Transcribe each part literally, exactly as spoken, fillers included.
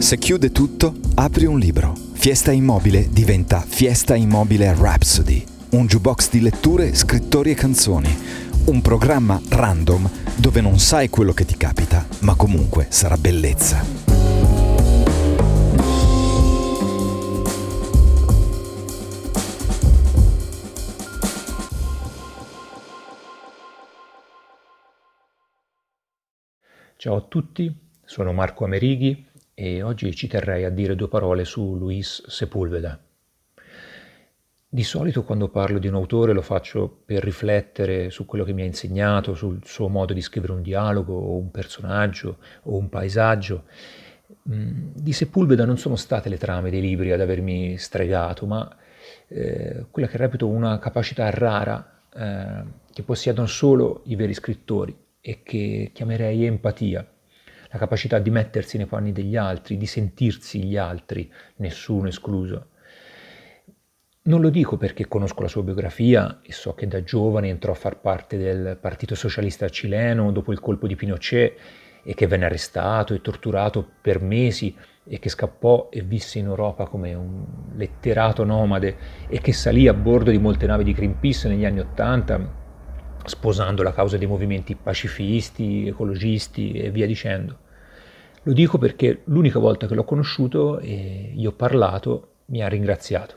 Se chiude tutto, apri un libro. Fiesta Immobile diventa Fiesta Immobile Rhapsody. Un jukebox di letture, scrittori e canzoni. Un programma random dove non sai quello che ti capita, ma comunque sarà bellezza. Ciao a tutti, sono Marco Amerighi e oggi ci terrei a dire due parole su Luis Sepúlveda. Di solito quando parlo di un autore lo faccio per riflettere su quello che mi ha insegnato, sul suo modo di scrivere un dialogo o un personaggio o un paesaggio. Di Sepúlveda non sono state le trame dei libri ad avermi stregato, ma eh, quella che reputo una capacità rara eh, che possiedono solo i veri scrittori e che chiamerei empatia. La capacità di mettersi nei panni degli altri, di sentirsi gli altri, nessuno escluso. Non lo dico perché conosco la sua biografia e so che da giovane entrò a far parte del Partito Socialista cileno dopo il colpo di Pinochet e che venne arrestato e torturato per mesi e che scappò e visse in Europa come un letterato nomade e che salì a bordo di molte navi di Greenpeace negli anni Ottanta, sposando la causa dei movimenti pacifisti, ecologisti e via dicendo. Lo dico perché l'unica volta che l'ho conosciuto e gli ho parlato mi ha ringraziato.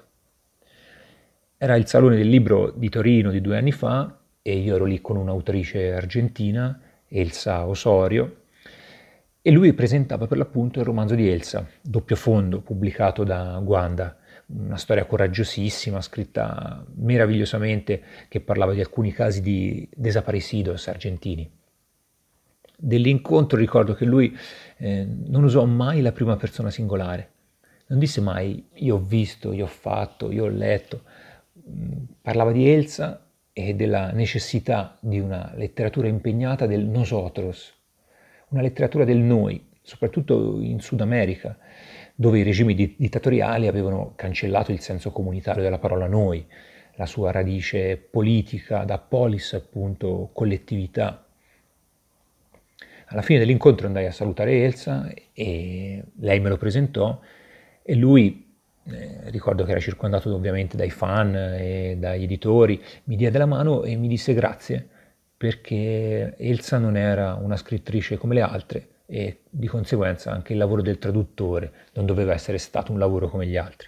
Era il Salone del Libro di Torino di due anni fa e io ero lì con un'autrice argentina, Elsa Osorio, e lui presentava per l'appunto il romanzo di Elsa, Doppio fondo, pubblicato da Guanda. Una storia coraggiosissima, scritta meravigliosamente, che parlava di alcuni casi di desaparecidos argentini. Dell'incontro ricordo che lui eh, non usò mai la prima persona singolare. Non disse mai io ho visto, io ho fatto, io ho letto. Parlava di Elsa e della necessità di una letteratura impegnata del nosotros, una letteratura del noi, soprattutto in Sud America, dove i regimi dittatoriali avevano cancellato il senso comunitario della parola noi, la sua radice politica da polis, appunto, collettività. Alla fine dell'incontro andai a salutare Elsa e lei me lo presentò e lui, eh, ricordo che era circondato ovviamente dai fan e dagli editori, mi diede la mano e mi disse grazie perché Elsa non era una scrittrice come le altre e di conseguenza anche il lavoro del traduttore non doveva essere stato un lavoro come gli altri.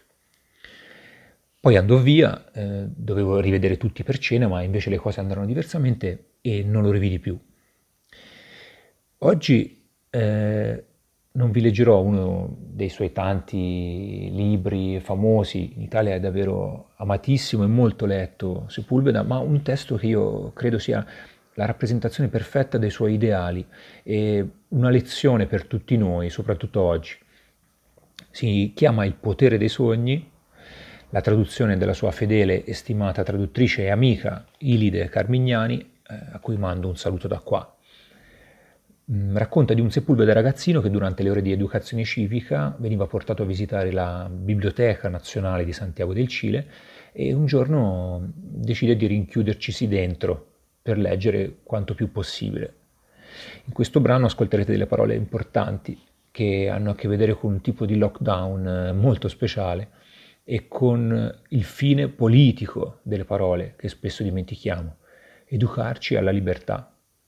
Poi andò via, eh, dovevo rivedere tutti per cena, ma invece le cose andarono diversamente e non lo rividi più. Oggi eh, non vi leggerò uno dei suoi tanti libri famosi, in Italia è davvero amatissimo e molto letto Sepúlveda, ma un testo che io credo sia la rappresentazione perfetta dei suoi ideali e una lezione per tutti noi, soprattutto oggi. Si chiama Il potere dei sogni, la traduzione della sua fedele e stimata traduttrice e amica Ilide Carmignani, eh, a cui mando un saluto da qua. Mm, racconta di un Sepúlveda ragazzino che durante le ore di educazione civica veniva portato a visitare la Biblioteca Nazionale di Santiago del Cile e un giorno decide di rinchiudercisi dentro per leggere quanto più possibile. In questo brano ascolterete delle parole importanti che hanno a che vedere con un tipo di lockdown molto speciale e con il fine politico delle parole che spesso dimentichiamo, educarci alla libertà.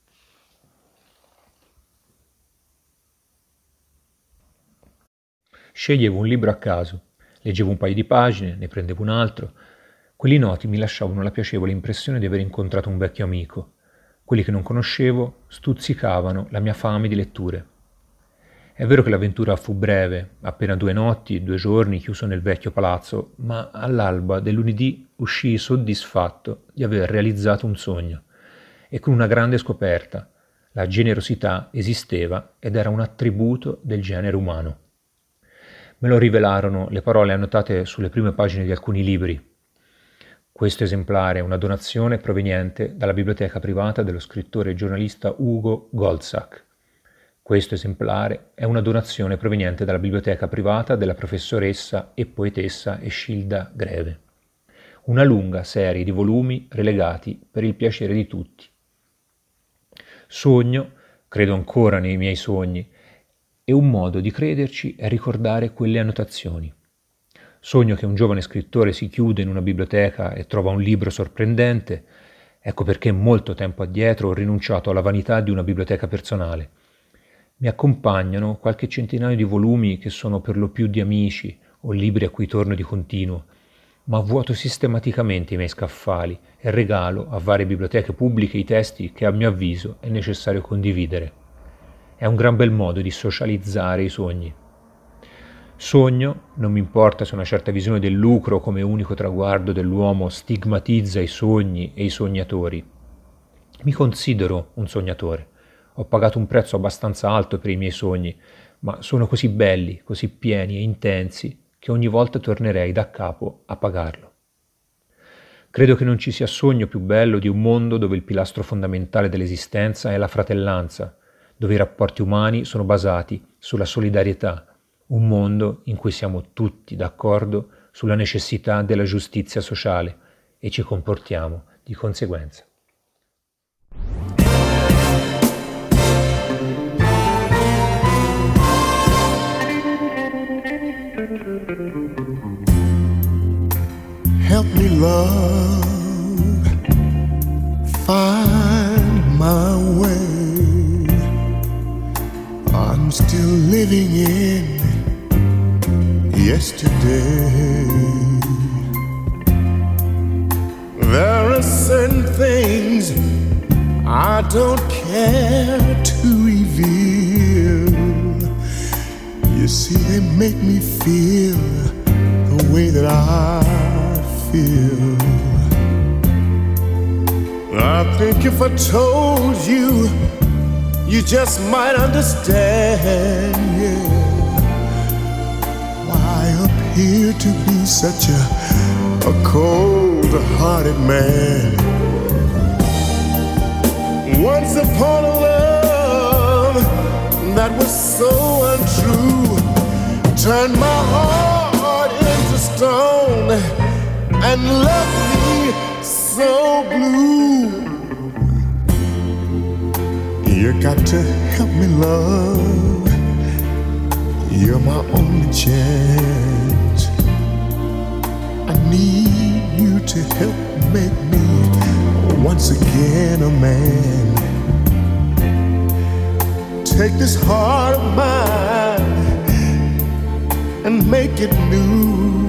Sceglievo un libro a caso, leggevo un paio di pagine, ne prendevo un altro. Quelli noti mi lasciavano la piacevole impressione di aver incontrato un vecchio amico. Quelli che non conoscevo stuzzicavano la mia fame di letture. È vero che l'avventura fu breve, appena due notti, due giorni chiuso nel vecchio palazzo, ma all'alba del lunedì uscii soddisfatto di aver realizzato un sogno e con una grande scoperta. La generosità esisteva ed era un attributo del genere umano. Me lo rivelarono le parole annotate sulle prime pagine di alcuni libri. Questo esemplare è una donazione proveniente dalla biblioteca privata dello scrittore e giornalista Ugo Goldsack. Questo esemplare è una donazione proveniente dalla biblioteca privata della professoressa e poetessa Eschilda Greve. Una lunga serie di volumi relegati per il piacere di tutti. Sogno, credo ancora nei miei sogni, e un modo di crederci è ricordare quelle annotazioni. Sogno che un giovane scrittore si chiude in una biblioteca e trova un libro sorprendente. Ecco perché molto tempo addietro ho rinunciato alla vanità di una biblioteca personale. Mi accompagnano qualche centinaio di volumi che sono per lo più di amici o libri a cui torno di continuo, ma vuoto sistematicamente i miei scaffali e regalo a varie biblioteche pubbliche i testi che a mio avviso è necessario condividere. È un gran bel modo di socializzare i sogni. Sogno, non mi importa se una certa visione del lucro come unico traguardo dell'uomo stigmatizza i sogni e i sognatori. Mi considero un sognatore. Ho pagato un prezzo abbastanza alto per i miei sogni, ma sono così belli, così pieni e intensi che ogni volta tornerei da capo a pagarlo. Credo che non ci sia sogno più bello di un mondo dove il pilastro fondamentale dell'esistenza è la fratellanza, dove i rapporti umani sono basati sulla solidarietà, un mondo in cui siamo tutti d'accordo sulla necessità della giustizia sociale e ci comportiamo di conseguenza. Help me love, find my way. I'm still living in yesterday. There are certain things I don't care to reveal. You see, they make me feel the way that I feel. I think if I told you, you just might understand, yeah, why I appear to be such a, a cold-hearted man. Once upon a love that was so untrue turned my heart into stone and left me so blue. You got to help me, love. You're my only chance. I need you to help make me once again a man. Take this heart of mine and make it new.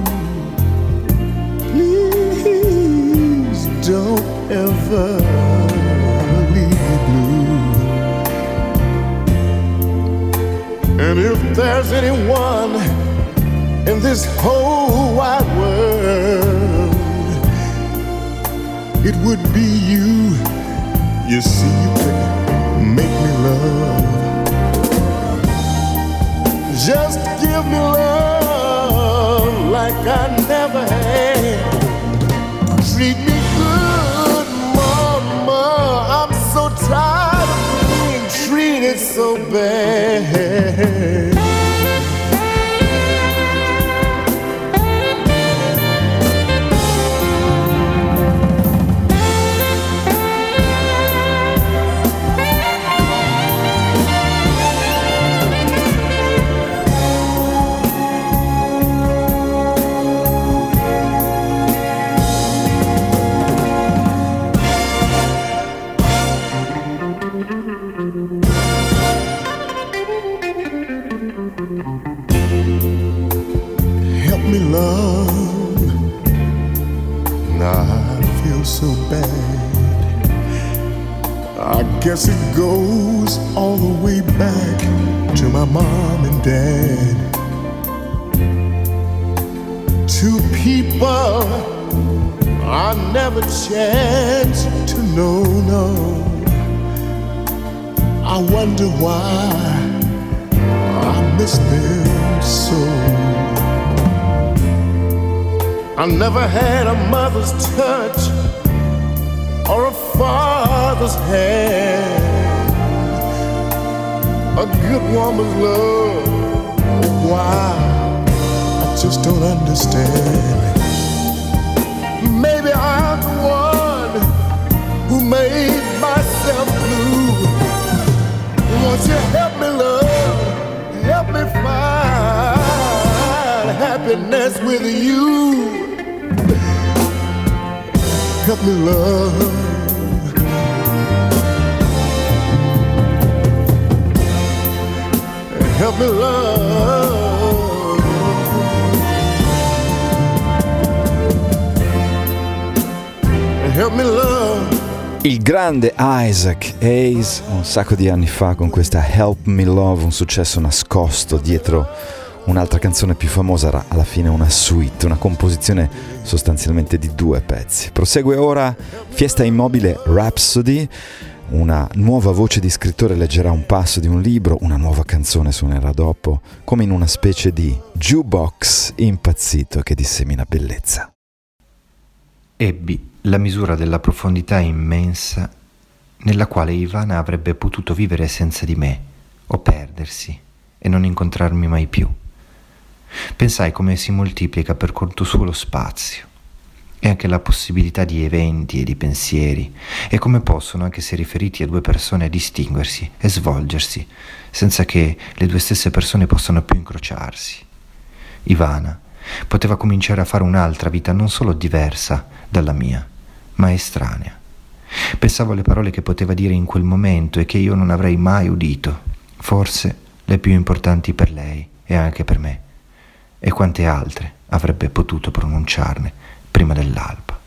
Please don't ever leave me blue. And if there's anyone in this whole wide world, it would be you. You see, you could make me love. Just give me love like I never had. Treat me good, mama. I'm so tired of being treated so bad. Help me love. Now I feel so bad. I guess it goes all the way back to my mom and dad. Two people I never chanced to know, no. I wonder why I miss them so. I never had a mother's touch or a father's hand, a good woman's love. Why? I just don't understand. Maybe I'm the one who made myself blue. Won't you help me, love? Help happiness with you. Help me love. Help me love. Help me love. Il grande Isaac Hayes, un sacco di anni fa, con questa Help Me Love, un successo nascosto dietro un'altra canzone più famosa, era alla fine una suite, una composizione sostanzialmente di due pezzi. Prosegue ora Fiesta Immobile Rhapsody, una nuova voce di scrittore leggerà un passo di un libro, una nuova canzone suonerà dopo, come in una specie di jukebox impazzito che dissemina bellezza. Ebbi la misura della profondità immensa nella quale Ivana avrebbe potuto vivere senza di me, o perdersi e non incontrarmi mai più. Pensai come si moltiplica per conto suo lo spazio e anche la possibilità di eventi e di pensieri, e come possono, anche se riferiti a due persone, distinguersi e svolgersi senza che le due stesse persone possano più incrociarsi. Ivana poteva cominciare a fare un'altra vita non solo diversa dalla mia, ma estranea. Pensavo alle parole che poteva dire in quel momento e che io non avrei mai udito, forse le più importanti per lei e anche per me, e quante altre avrebbe potuto pronunciarne prima dell'alba.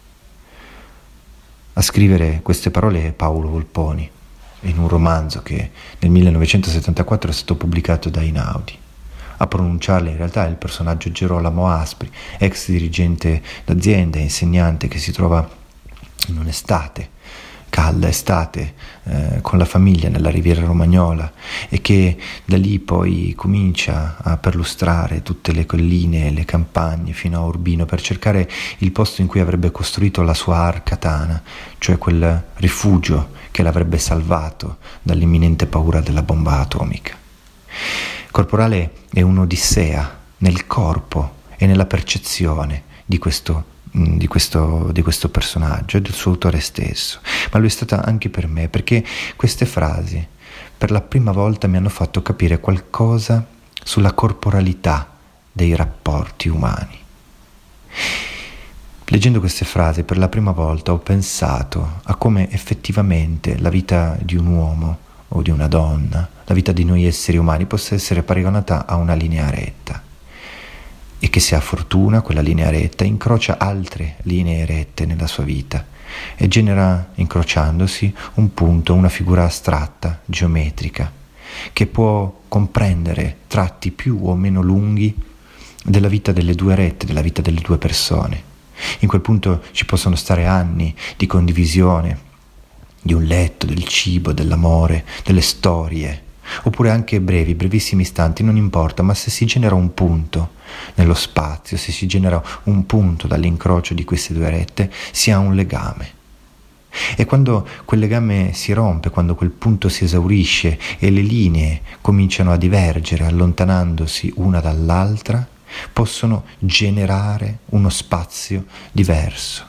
A scrivere queste parole è Paolo Volponi, in un romanzo che nel millenovecentosettantaquattro è stato pubblicato da Einaudi. A pronunciarle in realtà è il personaggio Gerolamo Aspri, ex dirigente d'azienda e insegnante che si trova in un'estate, calda estate, eh, con la famiglia nella Riviera Romagnola, e che da lì poi comincia a perlustrare tutte le colline e le campagne fino a Urbino per cercare il posto in cui avrebbe costruito la sua arca tana, cioè quel rifugio che l'avrebbe salvato dall'imminente paura della bomba atomica. Corporale è un'odissea nel corpo e nella percezione di questo, di questo, di questo personaggio e del suo autore stesso, ma lo è stata anche per me, perché queste frasi per la prima volta mi hanno fatto capire qualcosa sulla corporalità dei rapporti umani. Leggendo queste frasi per la prima volta ho pensato a come effettivamente la vita di un uomo o di una donna, la vita di noi esseri umani, possa essere paragonata a una linea retta, e che se ha fortuna quella linea retta incrocia altre linee rette nella sua vita e genera, incrociandosi, un punto, una figura astratta, geometrica, che può comprendere tratti più o meno lunghi della vita delle due rette, della vita delle due persone. In quel punto ci possono stare anni di condivisione, di un letto, del cibo, dell'amore, delle storie, oppure anche brevi, brevissimi istanti, non importa, ma se si genera un punto nello spazio, se si genera un punto dall'incrocio di queste due rette, si ha un legame. E quando quel legame si rompe, quando quel punto si esaurisce e le linee cominciano a divergere, allontanandosi una dall'altra, possono generare uno spazio diverso.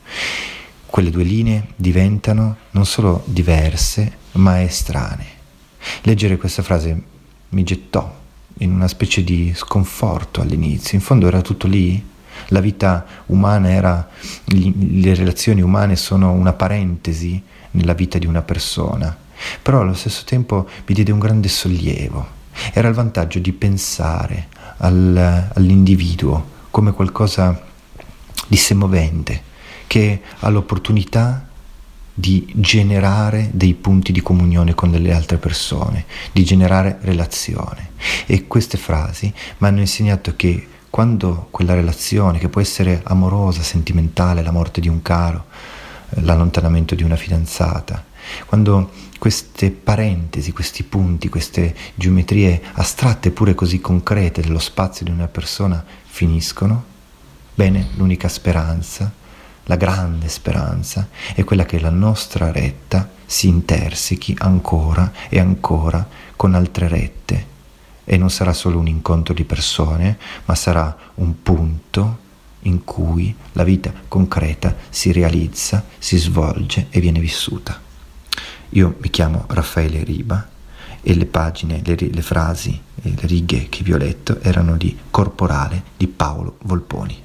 Quelle due linee diventano non solo diverse, ma estranee. Leggere questa frase mi gettò in una specie di sconforto all'inizio. In fondo era tutto lì. La vita umana era, le relazioni umane sono una parentesi nella vita di una persona, però allo stesso tempo mi diede un grande sollievo. Era il vantaggio di pensare al, all'individuo come qualcosa di semovente, che ha l'opportunità di generare dei punti di comunione con delle altre persone, di generare relazione. E queste frasi mi hanno insegnato che quando quella relazione, che può essere amorosa, sentimentale, la morte di un caro, l'allontanamento di una fidanzata, quando queste parentesi, questi punti, queste geometrie astratte pure così concrete dello spazio di una persona finiscono, bene, l'unica speranza, la grande speranza, è quella che la nostra retta si intersechi ancora e ancora con altre rette, e non sarà solo un incontro di persone, ma sarà un punto in cui la vita concreta si realizza, si svolge e viene vissuta. Io mi chiamo Raffaele Riba e le pagine, le, le frasi e le righe che vi ho letto erano di Corporale di Paolo Volponi.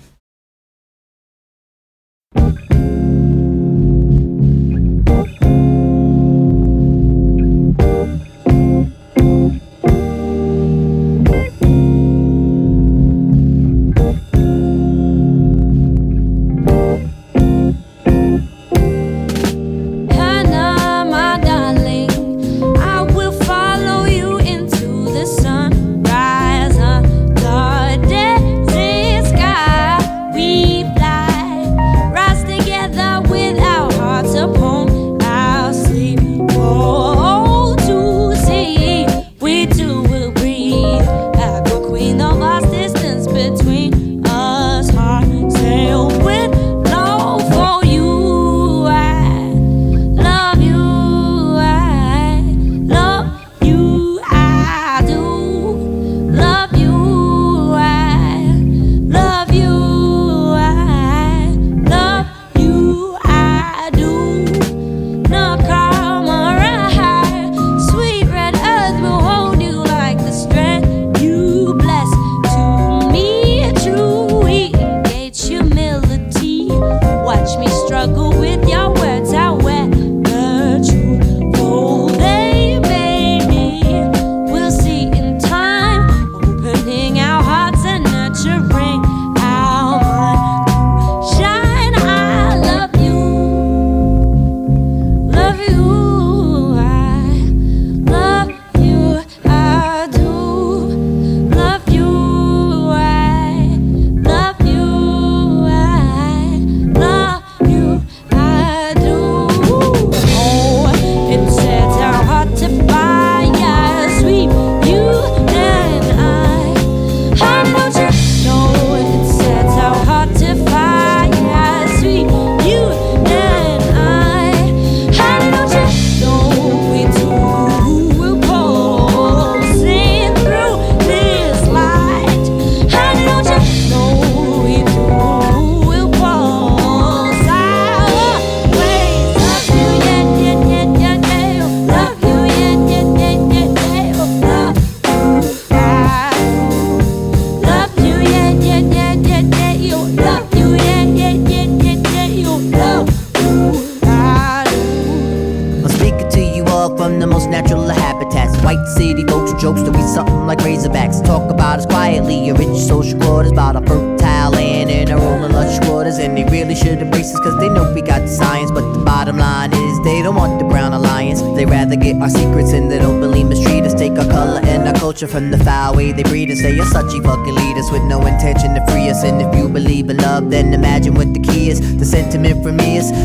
From the foul way they breed us, they are such a fucking leaders with no intention to free us. And if you believe in love, then imagine what the key is. The sentiment from me is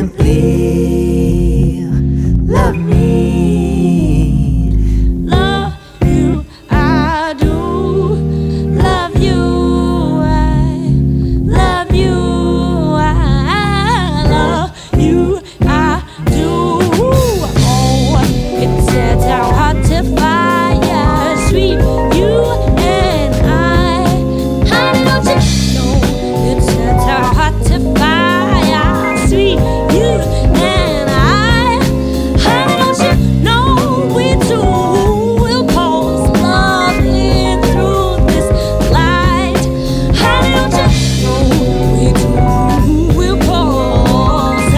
simply love me. Love you, I do. Love you, I love you, I love you, I do. Oh, it sets our heart to fire. Sweet, you and I. Honey, don't you know it sets our heart to fire? Sweet, you and I. Honey, don't you know we two will cause love in through this light? Honey, don't you know we two will cause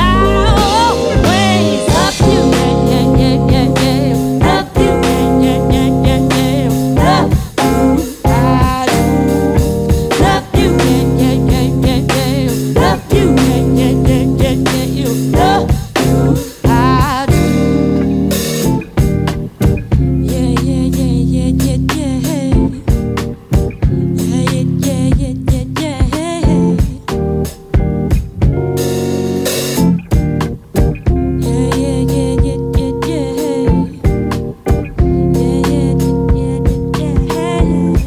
always love you, yeah, yeah, yeah, yeah, love you, yeah, yeah, yeah, yeah. Love you, yeah, yeah, yeah, yeah. Love you, yeah, yeah, yeah, yeah, yeah. Love you, I do. Yeah, yeah, yeah, yeah, yeah, yeah. Yeah, yeah, yeah, yeah, yeah, yeah. Yeah, yeah, yeah, yeah, yeah, yeah. Yeah, yeah, yeah, yeah, yeah.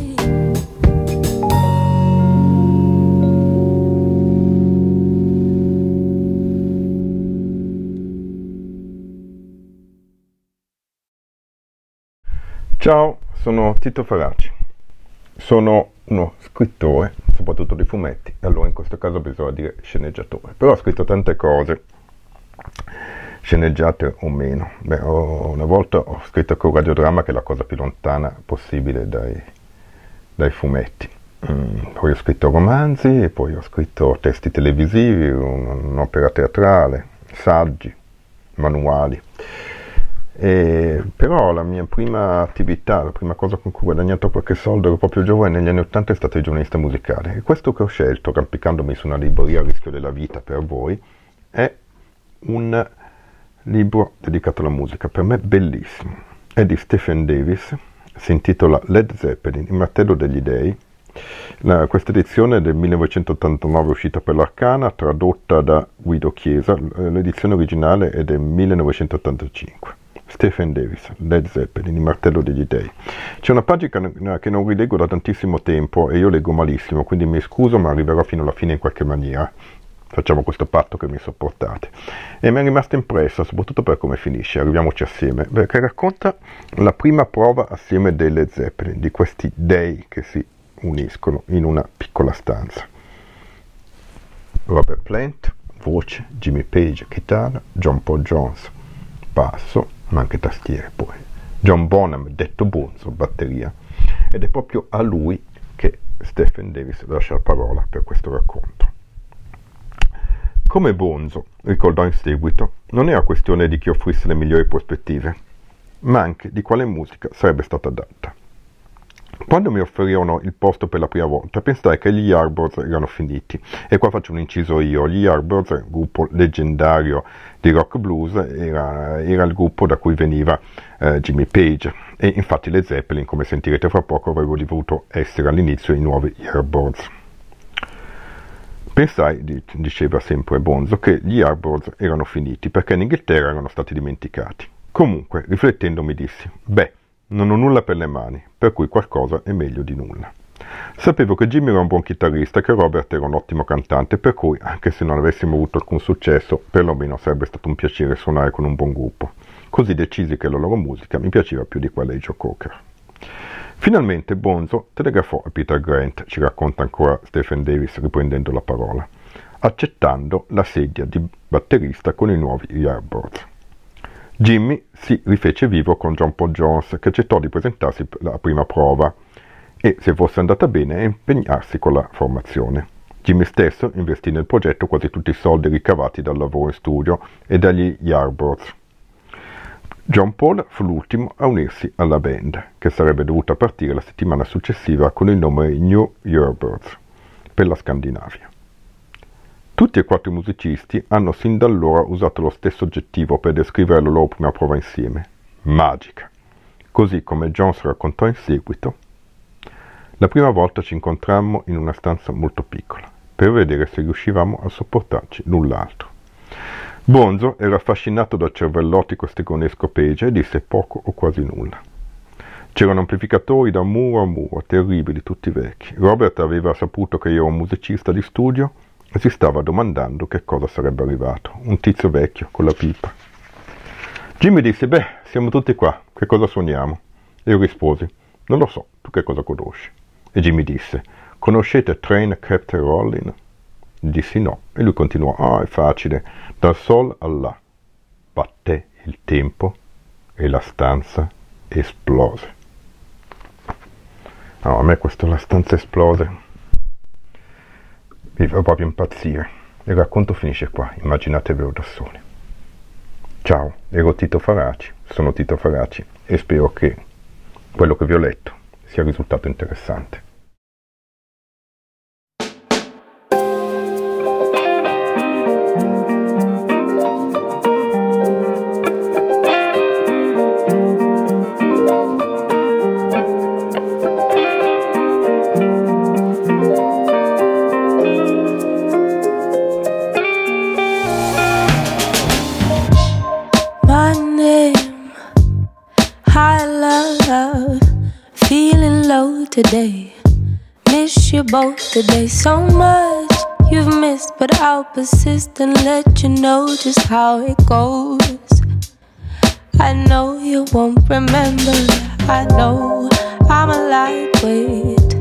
Ciao, sono Tito Faraci, sono uno scrittore, soprattutto di fumetti, allora in questo caso bisogna dire sceneggiatore, però ho scritto tante cose. sceneggiate o meno. Beh, ho, una volta ho scritto con radiodramma, che è la cosa più lontana possibile dai, dai fumetti. Mm, poi ho scritto romanzi, e poi ho scritto testi televisivi, un, un'opera teatrale, saggi, manuali. E, però la mia prima attività, la prima cosa con cui ho guadagnato qualche soldo, ero proprio giovane, negli anni ottanta, è stato il giornalista musicale. E questo che ho scelto, arrampicandomi su una libreria a rischio della vita per voi, è un libro dedicato alla musica, per me bellissimo. È di Stephen Davis, si intitola Led Zeppelin, il martello degli dei. La, questa edizione è del millenovecentottantanove, è uscita per l'Arcana, tradotta da Guido Chiesa. L'edizione originale è del millenovecentottantacinque. Stephen Davis, Led Zeppelin, il martello degli dei. C'è una pagina che non rileggo da tantissimo tempo e io leggo malissimo, quindi mi scuso, ma arriverò fino alla fine in qualche maniera. Facciamo questo patto che mi sopportate. E mi è rimasta impressa, soprattutto per come finisce, arriviamoci assieme, perché racconta la prima prova assieme dei Led Zeppelin, di questi dei che si uniscono in una piccola stanza. Robert Plant, voce, Jimmy Page, chitarra, John Paul Jones, basso, ma anche tastiere poi, John Bonham, detto Bonzo, batteria, ed è proprio a lui che Stephen Davis lascia la parola per questo racconto. Come Bonzo ricordò in seguito, non era questione di chi offrisse le migliori prospettive, ma anche di quale musica sarebbe stata adatta. Quando mi offrirono il posto per la prima volta, pensai che gli Yardbirds erano finiti. E qua faccio un inciso io. Gli Yardbirds, il gruppo leggendario di rock blues, era, era il gruppo da cui veniva eh, Jimmy Page. E infatti le Zeppelin, come sentirete fra poco, avrebbero dovuto essere all'inizio i nuovi Yardbirds. Pensai, diceva sempre Bonzo, che gli Yardbirds erano finiti perché in Inghilterra erano stati dimenticati. Comunque, riflettendo, mi dissi, beh, non ho nulla per le mani, per cui qualcosa è meglio di nulla. Sapevo che Jimmy era un buon chitarrista e che Robert era un ottimo cantante, per cui, anche se non avessimo avuto alcun successo, perlomeno sarebbe stato un piacere suonare con un buon gruppo. Così decisi che la loro musica mi piaceva più di quella di Joe Cocker. Finalmente Bonzo telegrafò a Peter Grant, ci racconta ancora Stephen Davis riprendendo la parola, accettando la sedia di batterista con i nuovi Yardbirds. Jimmy si rifece vivo con John Paul Jones, che accettò di presentarsi per la prima prova e, se fosse andata bene, impegnarsi con la formazione. Jimmy stesso investì nel progetto quasi tutti i soldi ricavati dal lavoro in studio e dagli Yardbirds. John Paul fu l'ultimo a unirsi alla band, che sarebbe dovuta partire la settimana successiva con il nome New Yardbirds per la Scandinavia. Tutti e quattro i musicisti hanno sin da allora usato lo stesso aggettivo per descrivere la loro prima prova insieme: magica. Così come Jones raccontò in seguito, la prima volta ci incontrammo in una stanza molto piccola, per vedere se riuscivamo a sopportarci l'un l'altro. Bonzo era affascinato dal cervellotico stegonesco Page e disse poco o quasi nulla. C'erano amplificatori da muro a muro, terribili, tutti vecchi. Robert aveva saputo che io ero un musicista di studio e si stava domandando che cosa sarebbe arrivato. Un tizio vecchio con la pipa. Jimmy disse, beh, siamo tutti qua, che cosa suoniamo? E io risposi, non lo so, tu che cosa conosci? E Jimmy disse, conoscete Train Kept Rollin'? Dissi no, e lui continuò, ah, è facile, dal sol al là. Batté il tempo e la stanza esplose. No, a me questo la stanza esplose mi fa proprio impazzire. Il racconto finisce qua, immaginatevelo da soli. Ciao, ero Tito Faraci, sono Tito Faraci e spero che quello che vi ho letto sia risultato interessante. Today, miss you both today so much. You've missed, but I'll persist and let you know just how it goes. I know you won't remember. I know I'm a lightweight.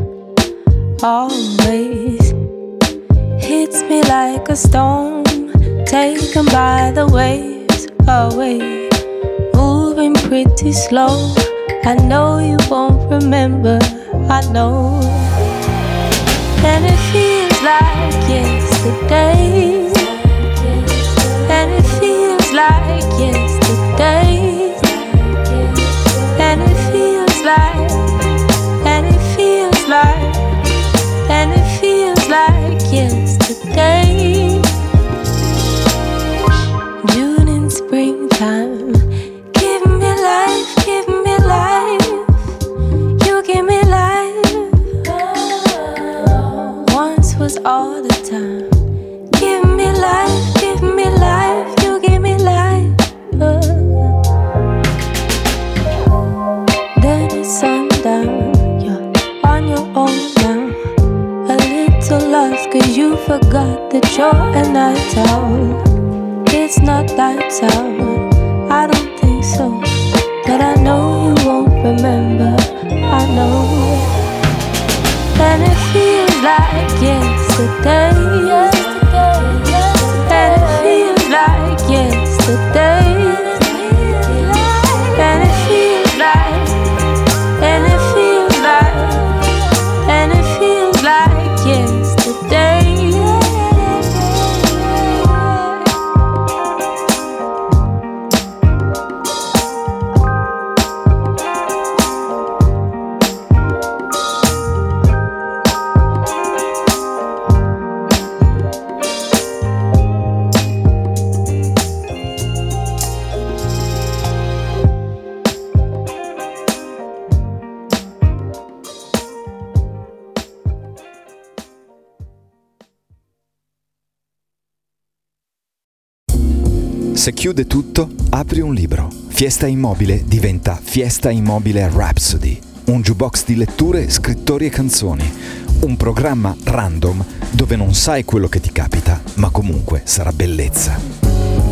Always hits me like a stone, taken by the waves away, moving pretty slow. I know you won't remember, I know. And it feels like yesterday, and it feels like yesterday, and it feels like, and it feels like, and it feels like yesterday. June in springtime, give me life, give me life, you give me life. Once was all the time. Give me life, give me life, you give me life. Then it's sundown, you're on your own now. A little lost cause you forgot that you're a night owl. It's not lights out, I don't think so, but I know you won't remember, I know. And it feels like yesterday, yesterday, and it feels like yesterday, and it feels like, and it feels like, and it feels like yesterday. Se chiude tutto, apri un libro. Fiesta Immobile diventa Fiesta Immobile Rhapsody, un jukebox di letture, scrittori e canzoni, un programma random dove non sai quello che ti capita, ma comunque sarà bellezza.